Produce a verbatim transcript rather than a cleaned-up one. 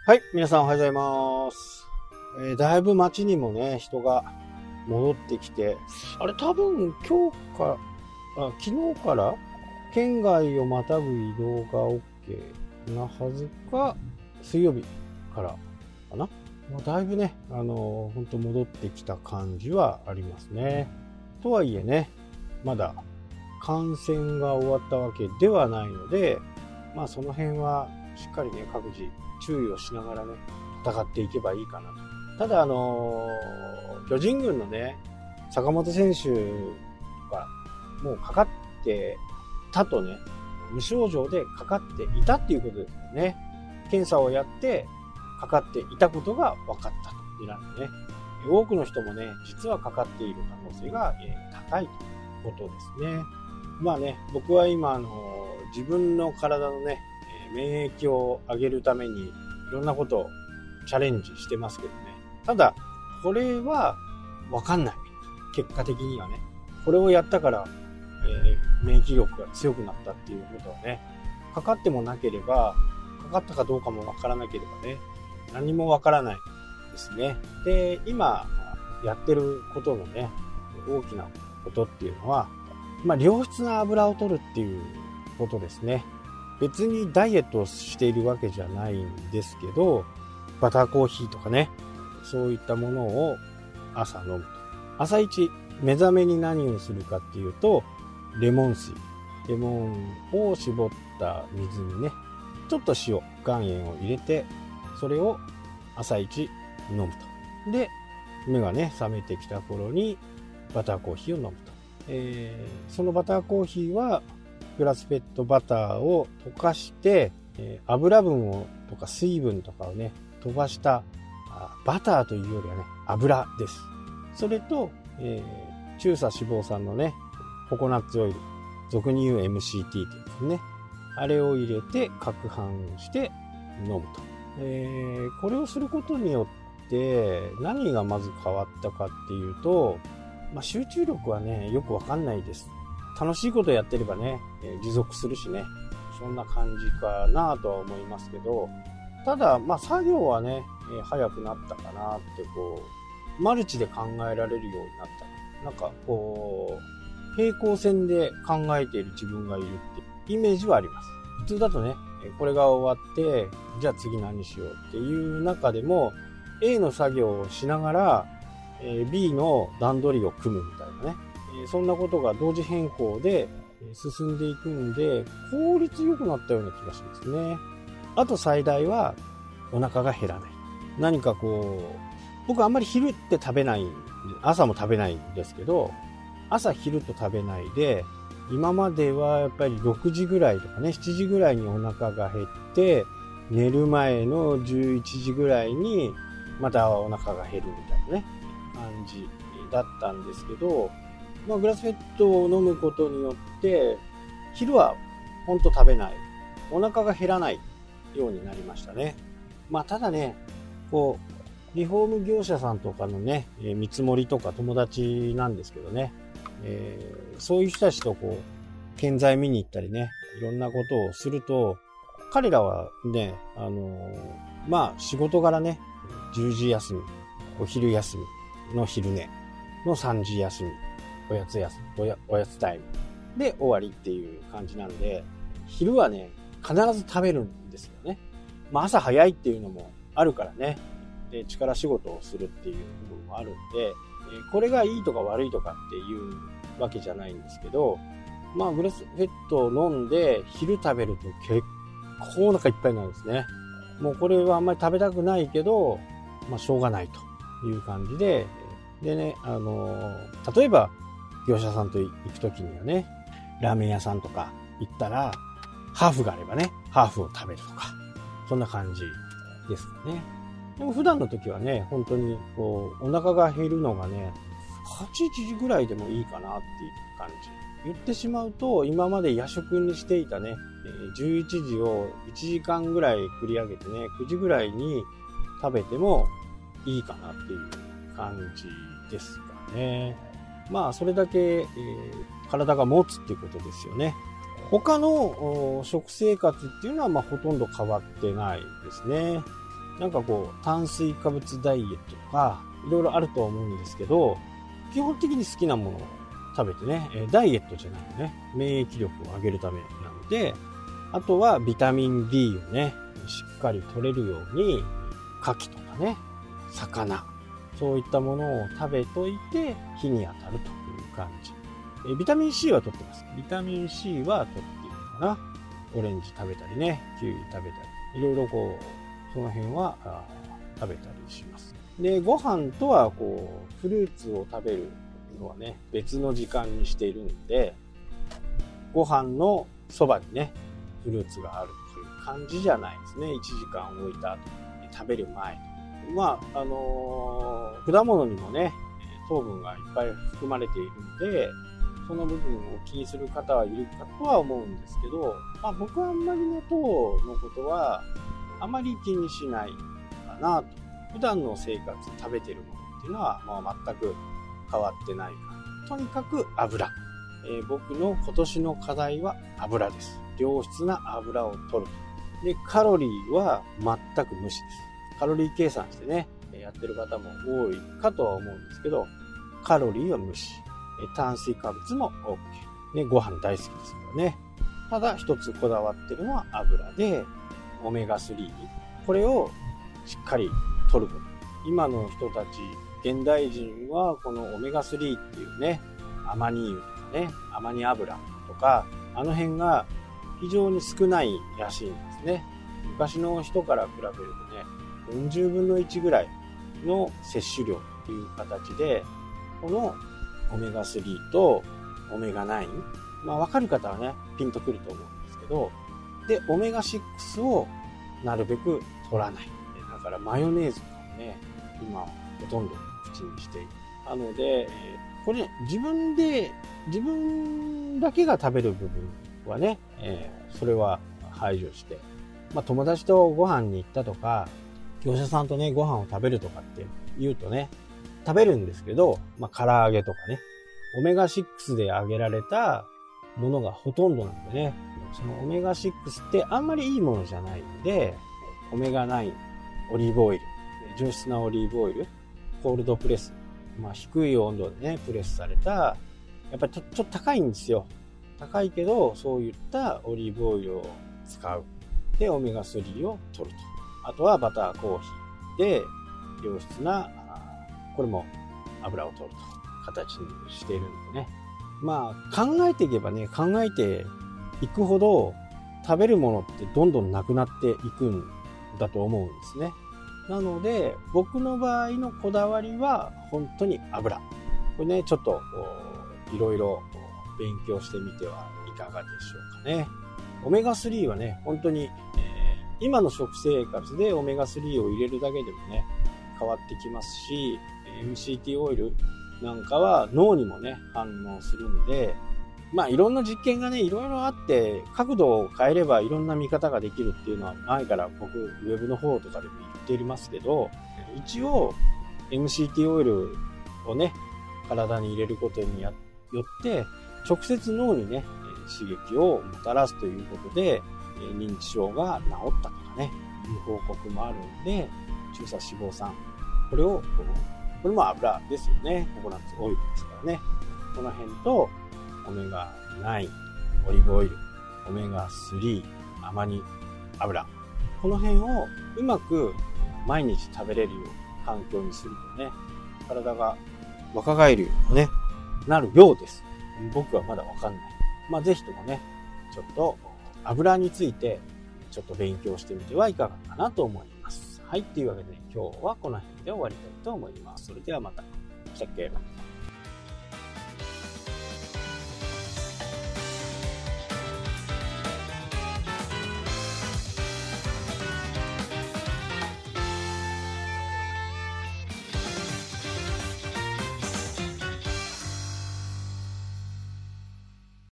はい、皆さんおはようございます。えー、だいぶ街にもね、人が戻ってきて、あれ多分今日か、あ、昨日から県外をまたぐ移動が OK なはずか、水曜日からかな。まあ、だいぶね、あのー、本当戻ってきた感じはありますね。とはいえね、まだ感染が終わったわけではないので、まあその辺はしっかりね、各自注意をしながらね、戦っていけばいいかなと。ただあのー、巨人軍のね、坂本選手がもうかかってたとね、無症状でかかっていたっていうことですよね。検査をやってかかっていたことが分かったというなんでね、多くの人もね、実はかかっている可能性が高いということですね。まあね、僕は今あのー、自分の体のね、免疫を上げるためにいろんなことをチャレンジしてますけどね。ただ、これはわかんない。結果的にはね。これをやったから、えー、免疫力が強くなったっていうことはね、かかってもなければ、かかったかどうかもわからなければね、何もわからないですね。で、今やってることのね、大きなことっていうのは、まあ、良質な油を取るっていうことですね。別にダイエットをしているわけじゃないんですけど、バターコーヒーとかね、そういったものを朝飲むと。朝一、目覚めに何をするかっていうと、レモン水。レモンを絞った水にね、ちょっと塩、岩塩を入れて、それを朝一飲むと。で、目がね、覚めてきた頃にバターコーヒーを飲むと。えー、そのバターコーヒーは、グラスフェッドバターを溶かして、えー、油分をとか水分とかをね飛ばしたバターというよりはね油です。それと、えー、中鎖脂肪酸のねココナッツオイル、俗に言う エムシーティー ってですね、あれを入れて攪拌して飲むと、えー、これをすることによって何がまず変わったかっていうと、まあ、集中力はねよくわかんないです。楽しいことやってればね、えー、持続するしね、そんな感じかなとは思いますけど、ただ、まあ作業はね、えー、早くなったかなって、こう、マルチで考えられるようになった。なんか、こう、平行線で考えている自分がいるってイメージはあります。普通だとね、これが終わって、じゃあ次何しようっていう中でも、A の作業をしながら、えー、B の段取りを組むみたいなね。そんなことが同時並行で進んでいくんで、効率良くなったような気がしますね。あと最大はお腹が減らない。何かこう、僕あんまり昼って食べない、朝も食べないんですけど、朝昼と食べないで、今まではやっぱりろくじぐらいとかね、しちじぐらいにお腹が減って、寝る前のじゅういちじぐらいにまたお腹が減るみたいなね、感じだったんですけど、まあ、グラスフェッドを飲むことによって昼はほんと食べない、お腹が減らないようになりましたね。まあただね、こうリフォーム業者さんとかのね、えー、見積もりとか友達なんですけどね、えー、そういう人たちとこう建材見に行ったりね、いろんなことをすると、彼らはね、あのー、まあ仕事柄ね、じゅうじ休み、お昼休みの昼寝のさんじ休み、おやつやす、おや、おやつタイムで終わりっていう感じなんで、昼はね、必ず食べるんですよね。まあ朝早いっていうのもあるからね。で、力仕事をするっていう部分もあるんで、これがいいとか悪いとかっていうわけじゃないんですけど、まあグラスフェットを飲んで昼食べると結構お腹いっぱいになるんですね。もうこれはあんまり食べたくないけど、まあしょうがないという感じで、でね、あのー、例えば、業者さんと行くときにはね、ラーメン屋さんとか行ったら、ハーフがあればね、ハーフを食べるとか、そんな感じですかね。でも普段の時はね、本当にこう、お腹が減るのがね、はちじぐらいでもいいかなっていう感じ。言ってしまうと、今まで夜食にしていたね、じゅういちじをいちじかんぐらい繰り上げてね、くじぐらいに食べてもいいかなっていう感じですかね。まあそれだけ、えー、体が持つっていうことですよね。他の食生活っていうのはまあほとんど変わってないですね。 なんかこう炭水化物ダイエットとかいろいろあると思うんですけど、基本的に好きなものを食べてね、ダイエットじゃないのね、免疫力を上げるためなので、あとはビタミン D をねしっかり取れるように牡蠣とかね、魚、そういったものを食べといて日に当たるという感じ。えビタミン C は取ってます。ビタミン C は取っているかな。オレンジ食べたりね、キウイ食べたり、いろいろこうその辺は食べたりします。で、ご飯とはこうフルーツを食べるのはね別の時間にしているんで、ご飯のそばにねフルーツがあるという感じじゃないですね。いちじかん置いた後に食べる前。まああのー、果物にもね糖分がいっぱい含まれているんで、その部分を気にする方はいるかとは思うんですけど、まあ、僕はあんまりね糖のことはあまり気にしないかなと。普段の生活食べてるものっていうのは、まあ、全く変わってないから、とにかく油、えー、僕の今年の課題は油です。良質な油を取る。でカロリーは全く無視です。カロリー計算してねやってる方も多いかとは思うんですけど、カロリーは無視、炭水化物も OK、ね、ご飯大好きですからね。ただ一つこだわってるのは油で、オメガスリー、これをしっかり取ること。今の人たち現代人はこのオメガスリーっていうね、アマニ油とかね、アマニ油とか、あの辺が非常に少ないらしいんですね。昔の人から比べるとね、よんじゅうぶんのいちぐらいの摂取量という形で、このオメガスリーとオメガナイン、まあ分かる方はねピンとくると思うんですけど、でオメガシックスをなるべく取らない。だからマヨネーズとかもね今ほとんど口にしている。なのでこれ、ね、自分で自分だけが食べる部分はね、えー、それは排除して、まあ、友達とご飯に行ったとか業者さんとねご飯を食べるとかって言うとね食べるんですけど、まあ、唐揚げとかね、オメガシックスで揚げられたものがほとんどなんでね、そのオメガシックスってあんまりいいものじゃないんで、オメガナイン、オリーブオイル、上質なオリーブオイル、コールドプレス、まあ、低い温度でねプレスされた、やっぱりちょ、ちょっと高いんですよ。高いけどそういったオリーブオイルを使う。でオメガスリーを取ると。あとはバターコーヒーで良質な、これも油を取ると形にしているんでね。まあ考えていけばね、考えていくほど食べるものってどんどんなくなっていくんだと思うんですね。なので僕の場合のこだわりは本当に油。これねちょっといろいろ勉強してみてはいかがでしょうかね。オメガスリーはね本当に、えー、今の食生活でオメガスリーを入れるだけでもね変わってきますし、エムシーティー オイルなんかは脳にもね反応するんで、まあいろんな実験がねいろいろあって、角度を変えればいろんな見方ができるっていうのは前から僕ウェブの方とかでも言っていますけど、一応 エムシーティー オイルをね体に入れることによって直接脳にね刺激をもたらすということで、認知症が治ったとかねいう報告もあるんで、中鎖脂肪酸、これをこれも油ですよね。ココナッツオイルですからね。この辺とオメガナイン、オリーブオイル、オメガスリー、アマニ油、この辺をうまく毎日食べれるような環境にするとね、体が若返るようなねなるようです。僕はまだわかんない。まあぜひともねちょっと油についてちょっと勉強してみてはいかがかなと思います。はい、というわけで今日はこの辺で終わりたいと思います。それではまた。したっけ。